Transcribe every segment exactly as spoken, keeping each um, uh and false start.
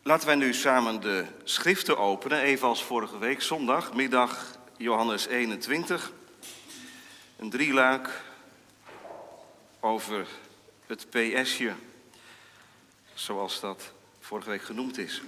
Laten wij nu samen de schriften openen, evenals vorige week zondag, middag Johannes eenentwintig. Een drieluik over het P S'je, zoals dat vorige week genoemd is.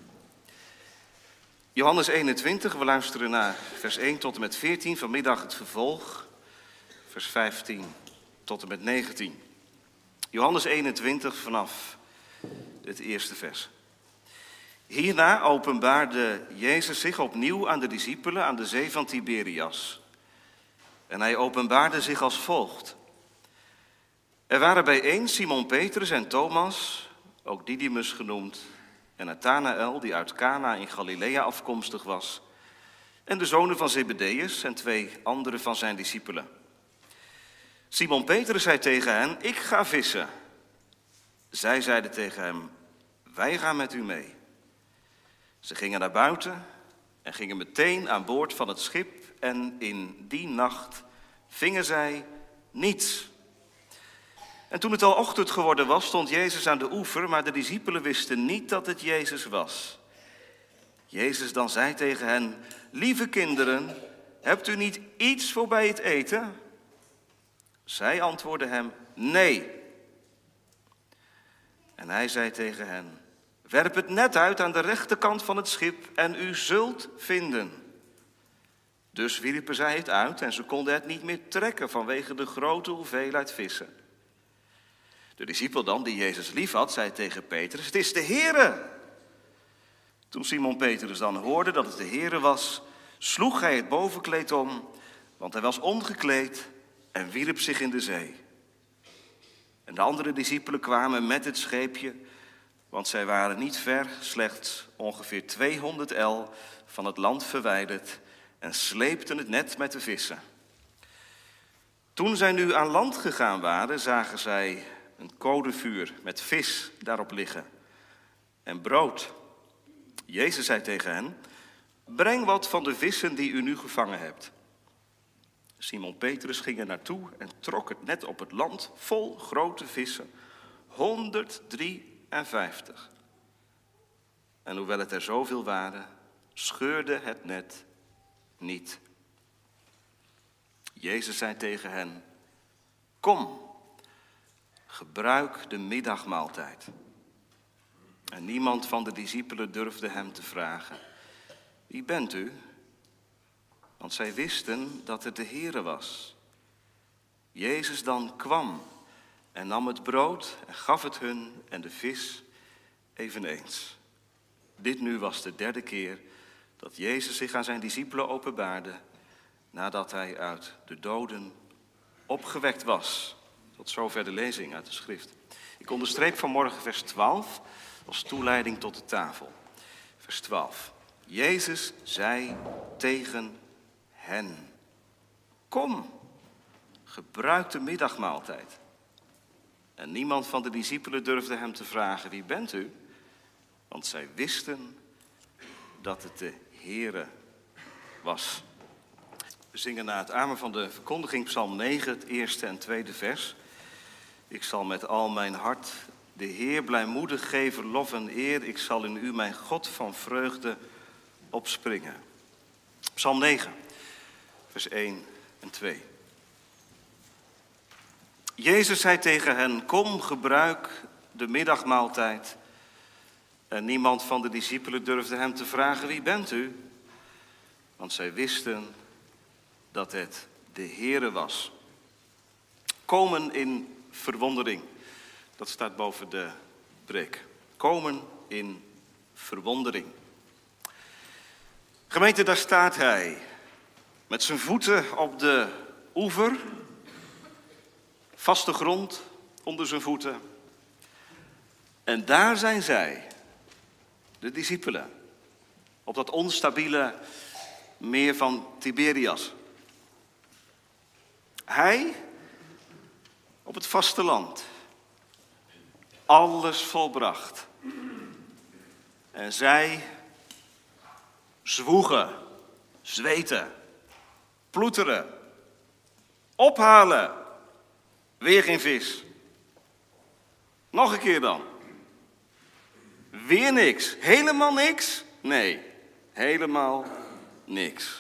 Johannes eenentwintig, we luisteren naar vers één tot en met veertien, vanmiddag het vervolg, vers vijftien tot en met negentien. Johannes eenentwintig vanaf het eerste vers. Hierna openbaarde Jezus zich opnieuw aan de discipelen aan de zee van Tiberias. En hij openbaarde zich als volgt. Er waren bijeen Simon Petrus en Thomas, ook Didymus genoemd, en Nathanaël, die uit Cana in Galilea afkomstig was, en de zonen van Zebedeus en twee andere van zijn discipelen. Simon Petrus zei tegen hen, ik ga vissen. Zij zeiden tegen hem, wij gaan met u mee. Ze gingen naar buiten en gingen meteen aan boord van het schip en in die nacht vingen zij niets. En toen het al ochtend geworden was, stond Jezus aan de oever, maar de discipelen wisten niet dat het Jezus was. Jezus dan zei tegen hen, lieve kinderen, hebt u niet iets voor bij het eten? Zij antwoordden hem, nee. En hij zei tegen hen, werp het net uit aan de rechterkant van het schip en u zult vinden. Dus wierpen zij het uit en ze konden het niet meer trekken vanwege de grote hoeveelheid vissen. De discipel dan, die Jezus lief had, zei tegen Petrus, het is de Heere. Toen Simon Petrus dan hoorde dat het de Heere was, sloeg hij het bovenkleed om, want hij was ongekleed en wierp zich in de zee. En de andere discipelen kwamen met het scheepje, want zij waren niet ver, slechts ongeveer tweehonderd el van het land verwijderd en sleepten het net met de vissen. Toen zij nu aan land gegaan waren, zagen zij een kolenvuur met vis daarop liggen en brood. Jezus zei tegen hen, breng wat van de vissen die u nu gevangen hebt. Simon Petrus ging er naartoe en trok het net op het land vol grote vissen, honderddrieënvijftig. En hoewel het er zoveel waren, scheurde het net niet. Jezus zei tegen hen, kom, gebruik de middagmaaltijd. En niemand van de discipelen durfde hem te vragen, wie bent u? Want zij wisten dat het de Heere was. Jezus dan kwam en nam het brood en gaf het hun en de vis eveneens. Dit nu was de derde keer dat Jezus zich aan zijn discipelen openbaarde nadat hij uit de doden opgewekt was. Tot zover de lezing uit de schrift. Ik onderstreep vanmorgen vers twaalf als toeleiding tot de tafel. Vers twaalf. Jezus zei tegen hen, kom, gebruik de middagmaaltijd. En niemand van de discipelen durfde hem te vragen, wie bent u? Want zij wisten dat het de Heere was. We zingen na het amen van de verkondiging Psalm negen, het eerste en tweede vers. Ik zal met al mijn hart de Heer blijmoedig geven, lof en eer. Ik zal in u, mijn God, van vreugde opspringen. Psalm negen, vers één en twee. Jezus zei tegen hen, kom, gebruik de middagmaaltijd. En niemand van de discipelen durfde hem te vragen, wie bent u? Want zij wisten dat het de Heere was. Komen in verwondering. Dat staat boven de preek. Komen in verwondering. Gemeente, daar staat hij. Met zijn voeten op de oever. Vaste grond onder zijn voeten. En daar zijn zij, de discipelen. Op dat onstabiele meer van Tiberias. Hij op het vasteland. Alles volbracht. En zij zwoegen, zweten, ploeteren, ophalen. Weer geen vis. Nog een keer dan. Weer niks. Helemaal niks? Nee, helemaal niks.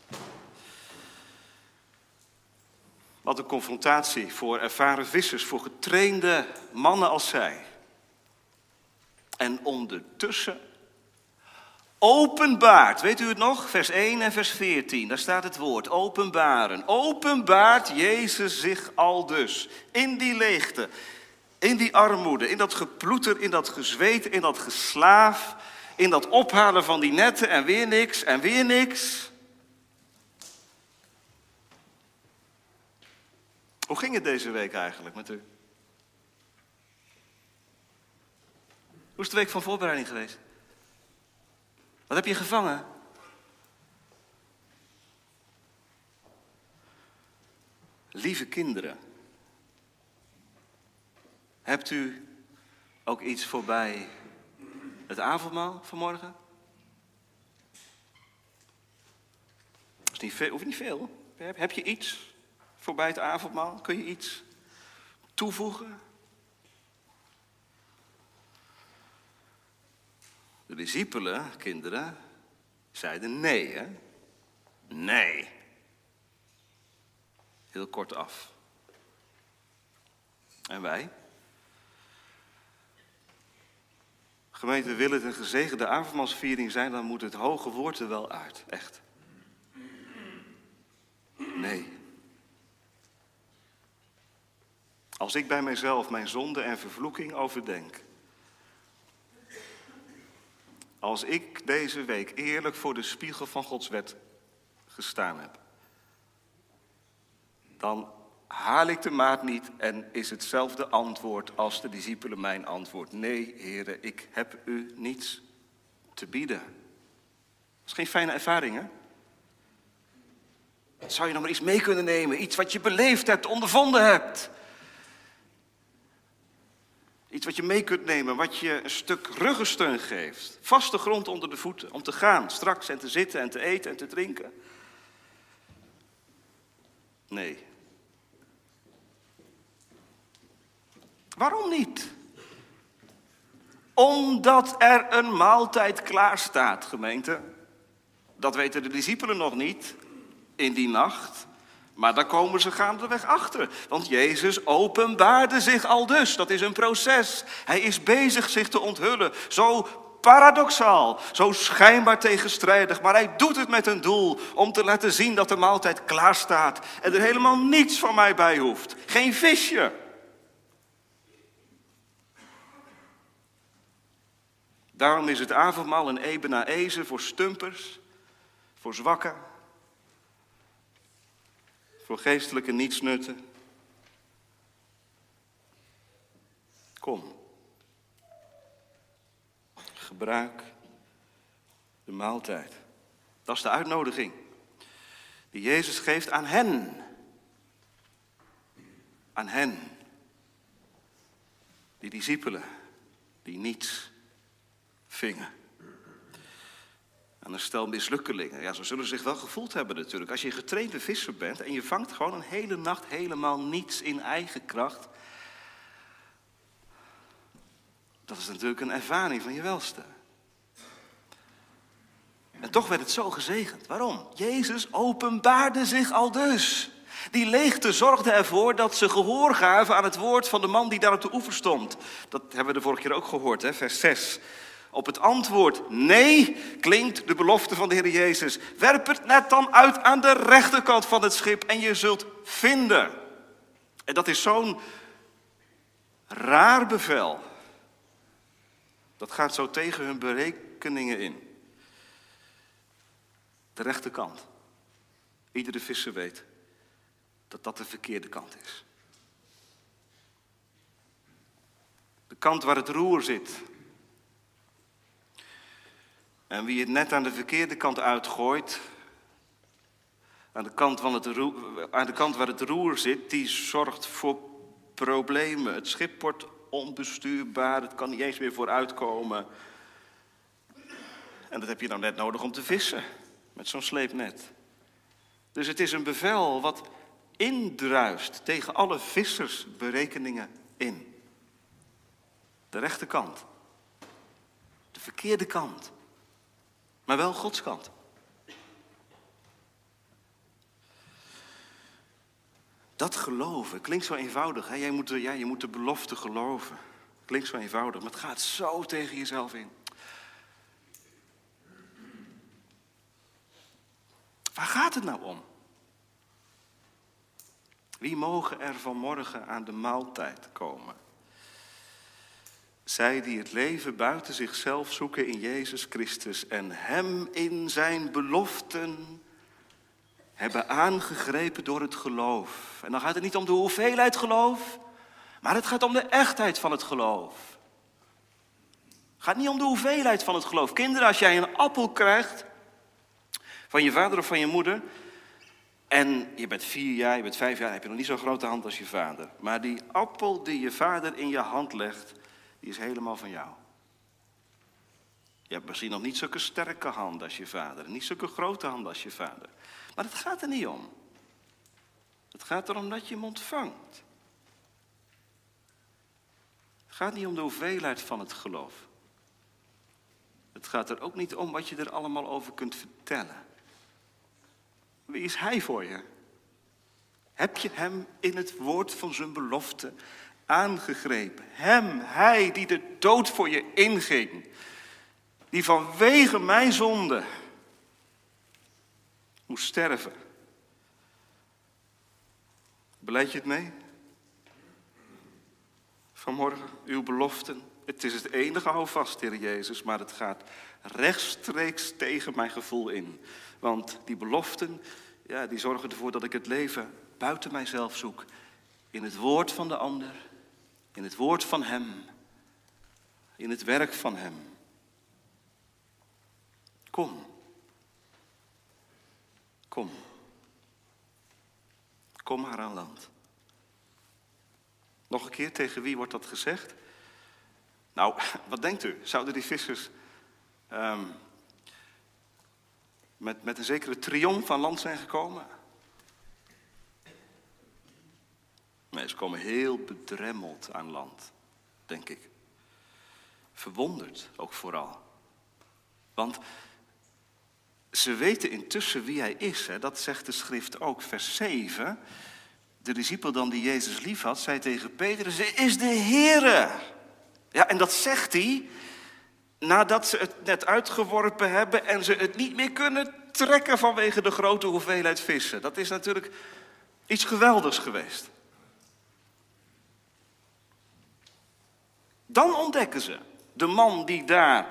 Wat een confrontatie voor ervaren vissers, voor getrainde mannen als zij. En ondertussen openbaart, weet u het nog? Vers één en vers veertien, daar staat het woord, openbaren. Openbaart Jezus zich aldus, in die leegte, in die armoede, in dat geploeter, in dat gezweet, in dat geslaaf, in dat ophalen van die netten en weer niks en weer niks. Hoe ging het deze week eigenlijk met u? Hoe is de week van voorbereiding geweest? Wat heb je gevangen? Lieve kinderen, hebt u ook iets voorbij het avondmaal vanmorgen? Dat is niet veel, hoeft niet veel. Heb je iets voorbij het avondmaal? Kun je iets toevoegen? De discipelen, kinderen, zeiden nee, hè? Nee. Heel kort af. En wij? Gemeente, wil het een gezegende avondmaalsviering zijn, dan moet het hoge woord er wel uit. Echt. Nee. Als ik bij mijzelf mijn zonde en vervloeking overdenk. Als ik deze week eerlijk voor de spiegel van Gods wet gestaan heb. Dan haal ik de maat niet en is hetzelfde antwoord als de discipelen mijn antwoord. Nee, heren, ik heb u niets te bieden. Dat is geen fijne ervaring, hè? Zou je nog maar iets mee kunnen nemen? Iets wat je beleefd hebt, ondervonden hebt. Iets wat je mee kunt nemen, wat je een stuk ruggensteun geeft. Vaste grond onder de voeten, om te gaan, straks en te zitten en te eten en te drinken. Nee. Waarom niet? Omdat er een maaltijd klaar staat, gemeente. Dat weten de discipelen nog niet in die nacht. Maar daar komen ze gaandeweg achter. Want Jezus openbaarde zich aldus. Dat is een proces. Hij is bezig zich te onthullen. Zo paradoxaal, zo schijnbaar tegenstrijdig. Maar hij doet het met een doel om te laten zien dat de maaltijd klaar staat. En er helemaal niets van mij bij hoeft. Geen visje. Daarom is het avondmaal een ebenaeze voor stumpers, voor zwakken, voor geestelijke nietsnutten. Kom, gebruik de maaltijd. Dat is de uitnodiging die Jezus geeft aan hen. Aan hen, die discipelen, die niets vingen. En een stel mislukkelingen. Ja, zo zullen ze zich wel gevoeld hebben natuurlijk. Als je een getrainde visser bent en je vangt gewoon een hele nacht helemaal niets in eigen kracht. Dat is natuurlijk een ervaring van je welste. En toch werd het zo gezegend. Waarom? Jezus openbaarde zich aldus. Die leegte zorgde ervoor dat ze gehoor gaven aan het woord van de man die daar op de oever stond. Dat hebben we de vorige keer ook gehoord, hè? Vers zes. Op het antwoord nee klinkt de belofte van de Heer Jezus. Werp het net dan uit aan de rechterkant van het schip en je zult vinden. En dat is zo'n raar bevel. Dat gaat zo tegen hun berekeningen in. De rechterkant. Iedere visser weet dat dat de verkeerde kant is. De kant waar het roer zit. En wie het net aan de verkeerde kant uitgooit, aan de kant, van het roer, aan de kant waar het roer zit, die zorgt voor problemen. Het schip wordt onbestuurbaar, het kan niet eens meer vooruitkomen. En dat heb je nou net nodig om te vissen, met zo'n sleepnet. Dus het is een bevel wat indruist tegen alle vissersberekeningen in. De rechterkant. Verkeerde kant. Maar wel Gods kant. Dat geloven klinkt zo eenvoudig. Hè? Jij moet de, ja, je moet de belofte geloven. Klinkt zo eenvoudig, maar het gaat zo tegen jezelf in. Waar gaat het nou om? Wie mogen er vanmorgen aan de maaltijd komen? Zij die het leven buiten zichzelf zoeken in Jezus Christus en hem in zijn beloften hebben aangegrepen door het geloof. En dan gaat het niet om de hoeveelheid geloof, maar het gaat om de echtheid van het geloof. Het gaat niet om de hoeveelheid van het geloof. Kinderen, als jij een appel krijgt van je vader of van je moeder en je bent vier jaar, je bent vijf jaar, dan heb je nog niet zo'n grote hand als je vader. Maar die appel die je vader in je hand legt, die is helemaal van jou. Je hebt misschien nog niet zulke sterke handen als je vader. Niet zulke grote handen als je vader. Maar het gaat er niet om. Het gaat erom dat je hem ontvangt. Het gaat niet om de hoeveelheid van het geloof. Het gaat er ook niet om wat je er allemaal over kunt vertellen. Wie is hij voor je? Heb je hem in het woord van zijn belofte aangegrepen? Hem, hij die de dood voor je inging. Die vanwege mijn zonde moest sterven. Beleid je het mee? Vanmorgen, uw beloften. Het is het enige houvast, Heer Jezus, maar het gaat rechtstreeks tegen mijn gevoel in. Want die beloften, ja, die zorgen ervoor dat ik het leven buiten mijzelf zoek. In het woord van de ander, in het woord van hem, in het werk van hem. Kom. Kom. Kom maar aan land. Nog een keer, tegen wie wordt dat gezegd? Nou, wat denkt u? Zouden die vissers um, met, met een zekere triomf aan land zijn gekomen? Nee, ze komen heel bedremmeld aan land, denk ik. Verwonderd ook vooral. Want ze weten intussen wie hij is. Hè? Dat zegt de schrift ook, vers zeven. De discipel dan die Jezus lief had, zei tegen Petrus, hij is de Heere. Ja, en dat zegt hij nadat ze het net uitgeworpen hebben en ze het niet meer kunnen trekken vanwege de grote hoeveelheid vissen. Dat is natuurlijk iets geweldigs geweest. Dan ontdekken ze, de man die daar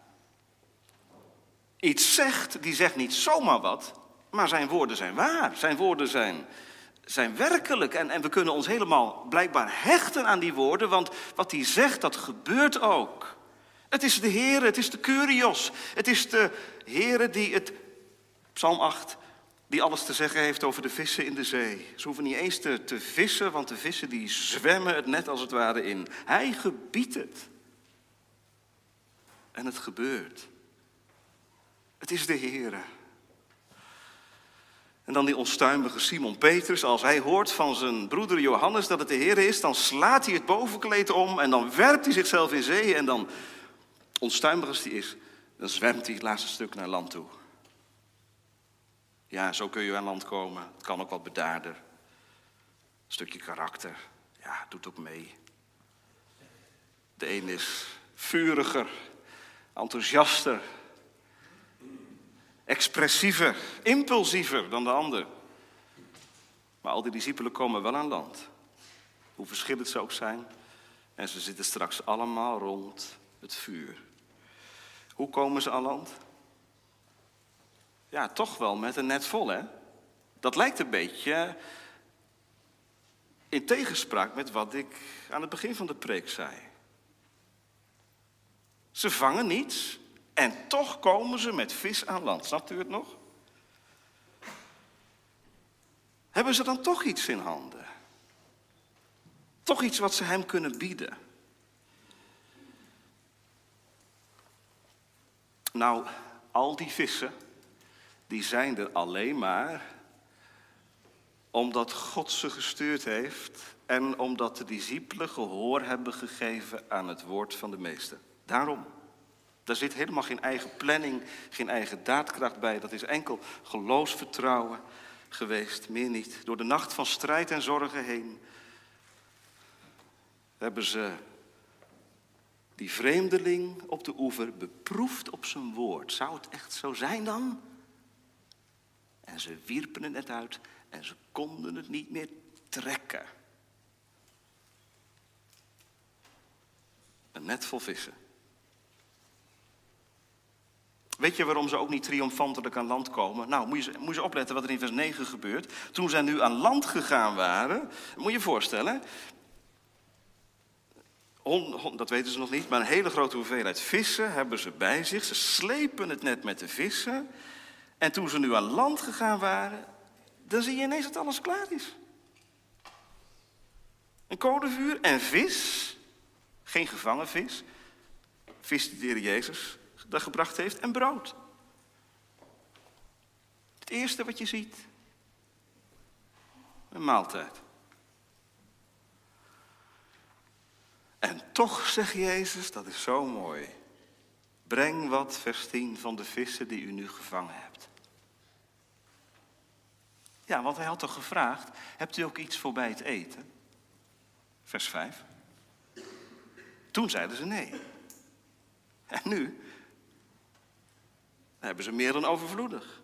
iets zegt, die zegt niet zomaar wat, maar zijn woorden zijn waar. Zijn woorden zijn, zijn werkelijk. En, en we kunnen ons helemaal blijkbaar hechten aan die woorden, want wat hij zegt, dat gebeurt ook. Het is de Heere, het is de Kyrios. Het is de Heere die het, Psalm acht, die alles te zeggen heeft over de vissen in de zee. Ze hoeven niet eens te, te vissen, want de vissen die zwemmen het net als het ware in. Hij gebiedt het. En het gebeurt. Het is de Heere. En dan die onstuimige Simon Petrus, als hij hoort van zijn broeder Johannes dat het de Heere is, dan slaat hij het bovenkleed om en dan werpt hij zichzelf in zee en dan, onstuimig als hij is, dan zwemt hij het laatste stuk naar land toe. Ja, zo kun je aan land komen. Het kan ook wat bedaarder. Een stukje karakter. Ja, doet ook mee. De een is vuriger, enthousiaster, expressiever, impulsiever dan de ander. Maar al die discipelen komen wel aan land. Hoe verschillend ze ook zijn. En ze zitten straks allemaal rond het vuur. Hoe komen ze aan land? Ja, toch wel met een net vol, hè? Dat lijkt een beetje in tegenspraak met wat ik aan het begin van de preek zei. Ze vangen niets en toch komen ze met vis aan land. Snapt u het nog? Hebben ze dan toch iets in handen? Toch iets wat ze hem kunnen bieden? Nou, al die vissen, die zijn er alleen maar omdat God ze gestuurd heeft en omdat de discipelen gehoor hebben gegeven aan het woord van de meester. Daarom. Daar zit helemaal geen eigen planning, geen eigen daadkracht bij. Dat is enkel geloofsvertrouwen geweest, meer niet. Door de nacht van strijd en zorgen heen hebben ze die vreemdeling op de oever beproefd op zijn woord. Zou het echt zo zijn dan? En ze wierpen het net uit en ze konden het niet meer trekken. Een net vol vissen. Weet je waarom ze ook niet triomfantelijk aan land komen? Nou, moet je, moet je eens opletten wat er in vers negen gebeurt. Toen zij nu aan land gegaan waren, moet je je voorstellen, hon, hon, dat weten ze nog niet, maar een hele grote hoeveelheid vissen hebben ze bij zich. Ze slepen het net met de vissen. En toen ze nu aan land gegaan waren, dan zie je ineens dat alles klaar is. Een kolenvuur en vis, geen gevangen vis, vis die de Heer Jezus dat gebracht heeft, en brood. Het eerste wat je ziet, een maaltijd. En toch, zegt Jezus, dat is zo mooi, breng wat, vers tien, van de vissen die u nu gevangen hebt. Ja, want hij had toch gevraagd, hebt u ook iets voor bij het eten? Vers vijf. Toen zeiden ze nee. En nu hebben ze meer dan overvloedig.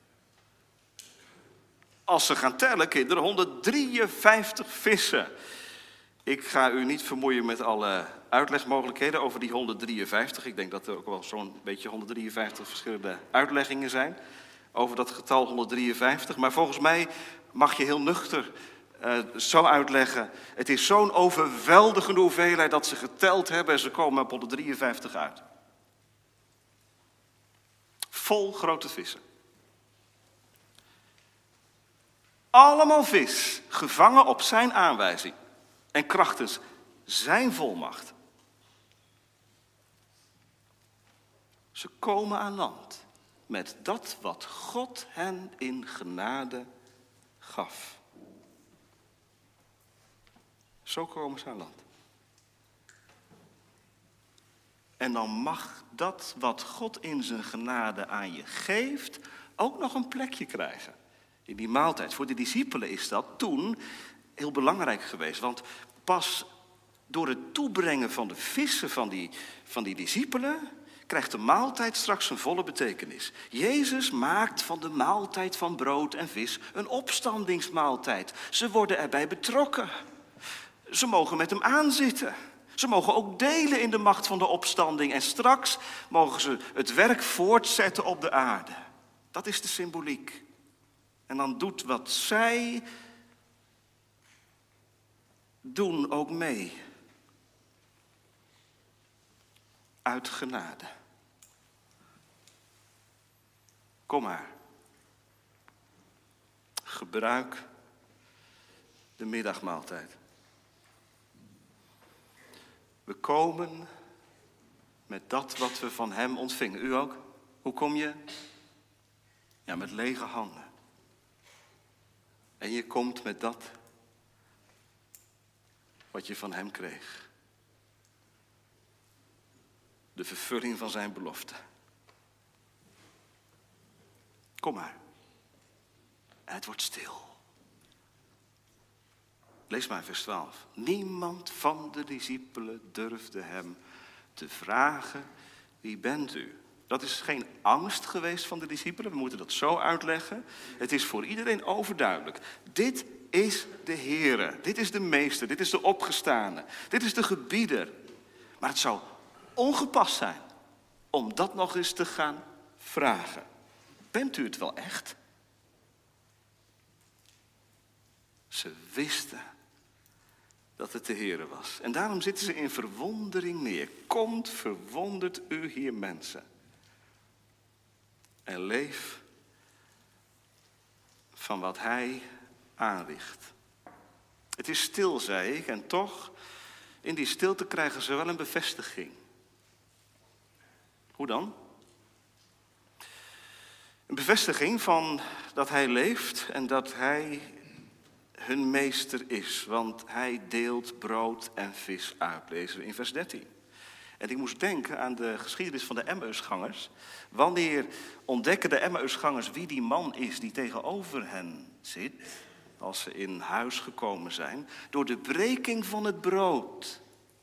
Als ze gaan tellen, kinderen, honderddrieënvijftig vissen. Ik ga u niet vermoeien met alle uitlegmogelijkheden over die honderddrieënvijftig. Ik denk dat er ook wel zo'n beetje honderddrieënvijftig verschillende uitleggingen zijn over dat getal honderddrieënvijftig. Maar volgens mij mag je heel nuchter uh, zo uitleggen. Het is zo'n overweldigende hoeveelheid dat ze geteld hebben en ze komen op honderddrieënvijftig uit. Vol grote vissen. Allemaal vis, gevangen op zijn aanwijzing en krachtens zijn volmacht. Ze komen aan land met dat wat God hen in genade gaf. Zo komen ze aan land. En dan mag dat wat God in zijn genade aan je geeft ook nog een plekje krijgen. In die maaltijd. Voor de discipelen is dat toen heel belangrijk geweest. Want pas door het toebrengen van de vissen van die, van die discipelen krijgt de maaltijd straks een volle betekenis. Jezus maakt van de maaltijd van brood en vis een opstandingsmaaltijd. Ze worden erbij betrokken. Ze mogen met hem aanzitten. Ze mogen ook delen in de macht van de opstanding. En straks mogen ze het werk voortzetten op de aarde. Dat is de symboliek. En dan doet wat zij doen ook mee. Uit genade. Kom maar. Gebruik de middagmaaltijd. We komen met dat wat we van hem ontvingen. U ook? Hoe kom je? Ja, met lege handen. En je komt met dat wat je van hem kreeg. De vervulling van zijn belofte. Kom maar. En het wordt stil. Lees maar vers twaalf. Niemand van de discipelen durfde hem te vragen, wie bent u? Dat is geen angst geweest van de discipelen, we moeten dat zo uitleggen. Het is voor iedereen overduidelijk. Dit is de Heere, dit is de Meester, dit is de Opgestane, dit is de Gebieder. Maar het zou ongepast zijn om dat nog eens te gaan vragen. Bent u het wel echt? Ze wisten dat het de Heere was. En daarom zitten ze in verwondering neer. Komt, verwondert u hier mensen. En leef van wat hij aanricht. Het is stil, zei ik, en toch, in die stilte krijgen ze wel een bevestiging. Hoe dan? Een bevestiging van dat hij leeft en dat hij hun meester is. Want hij deelt brood en vis uit, lezen we in vers dertien. En ik moest denken aan de geschiedenis van de Emmausgangers. Wanneer ontdekken de Emmausgangers wie die man is die tegenover hen zit, als ze in huis gekomen zijn? Door de breking van het brood.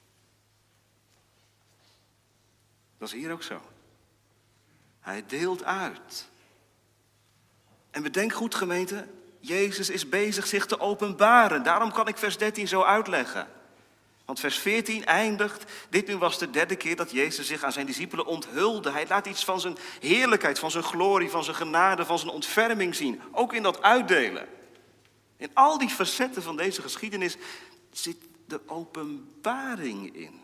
Dat is hier ook zo. Hij deelt uit. En bedenk goed, gemeente, Jezus is bezig zich te openbaren. Daarom kan ik vers dertien zo uitleggen. Want vers veertien eindigt, dit nu was de derde keer dat Jezus zich aan zijn discipelen onthulde. Hij laat iets van zijn heerlijkheid, van zijn glorie, van zijn genade, van zijn ontferming zien. Ook in dat uitdelen. In al die facetten van deze geschiedenis zit de openbaring in.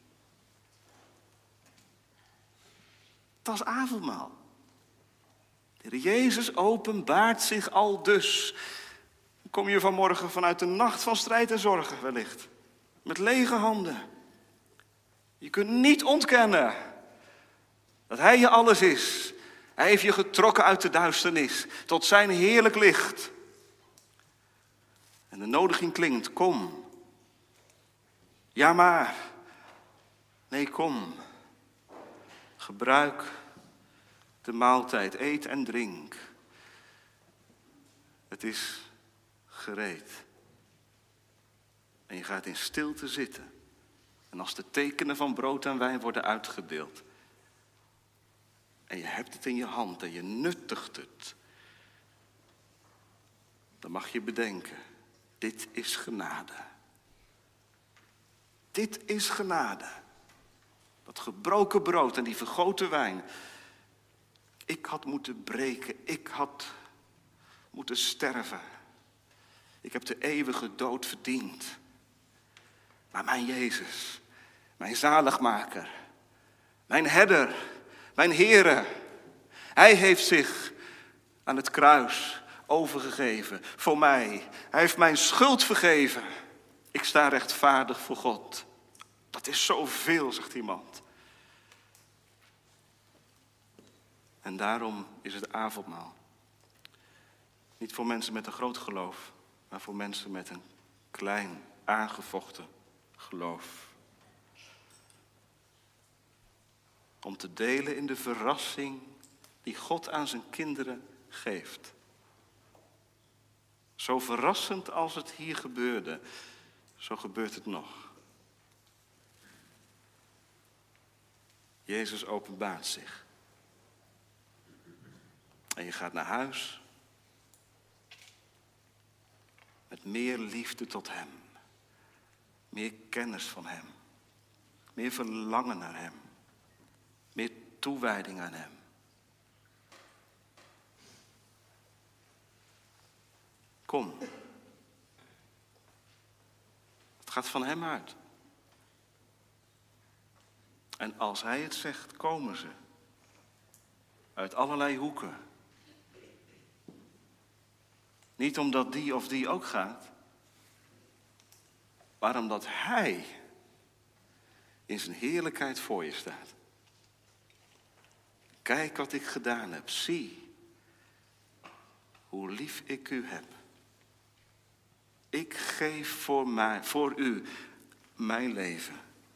Dat is avondmaal. De Heer Jezus openbaart zich al dus. Kom je vanmorgen vanuit de nacht van strijd en zorgen wellicht. Met lege handen. Je kunt niet ontkennen dat Hij je alles is. Hij heeft je getrokken uit de duisternis tot zijn heerlijk licht. En de nodiging klinkt, kom. Ja maar. Nee, kom. Gebruik de maaltijd, eet en drink. Het is gereed. En je gaat in stilte zitten. En als de tekenen van brood en wijn worden uitgedeeld. En je hebt het in je hand en je nuttigt het. Dan mag je bedenken, dit is genade. Dit is genade. Dat gebroken brood en die vergoten wijn. Ik had moeten breken, ik had moeten sterven. Ik heb de eeuwige dood verdiend. Maar mijn Jezus, mijn zaligmaker, mijn herder, mijn Heere, Hij heeft zich aan het kruis overgegeven voor mij. Hij heeft mijn schuld vergeven. Ik sta rechtvaardig voor God. Dat is zoveel, zegt iemand. En daarom is het avondmaal. Niet voor mensen met een groot geloof, maar voor mensen met een klein, aangevochten geloof. Om te delen in de verrassing die God aan zijn kinderen geeft. Zo verrassend als het hier gebeurde, zo gebeurt het nog. Jezus openbaart zich. En je gaat naar huis met meer liefde tot Hem. Meer kennis van Hem. Meer verlangen naar Hem. Meer toewijding aan Hem. Kom. Het gaat van Hem uit. En als Hij het zegt, komen ze. Uit allerlei hoeken. Niet omdat die of die ook gaat. Maar omdat Hij in zijn heerlijkheid voor je staat. Kijk wat ik gedaan heb. Zie hoe lief ik u heb. Ik geef voor, mij, voor u mijn leven.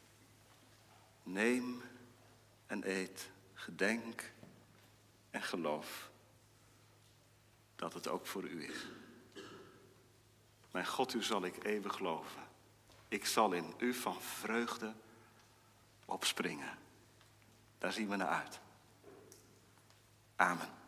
Neem en eet, gedenk en geloof dat het ook voor u is. Mijn God, u zal ik eeuwig geloven. Ik zal in u van vreugde opspringen. Daar zien we naar uit. Amen.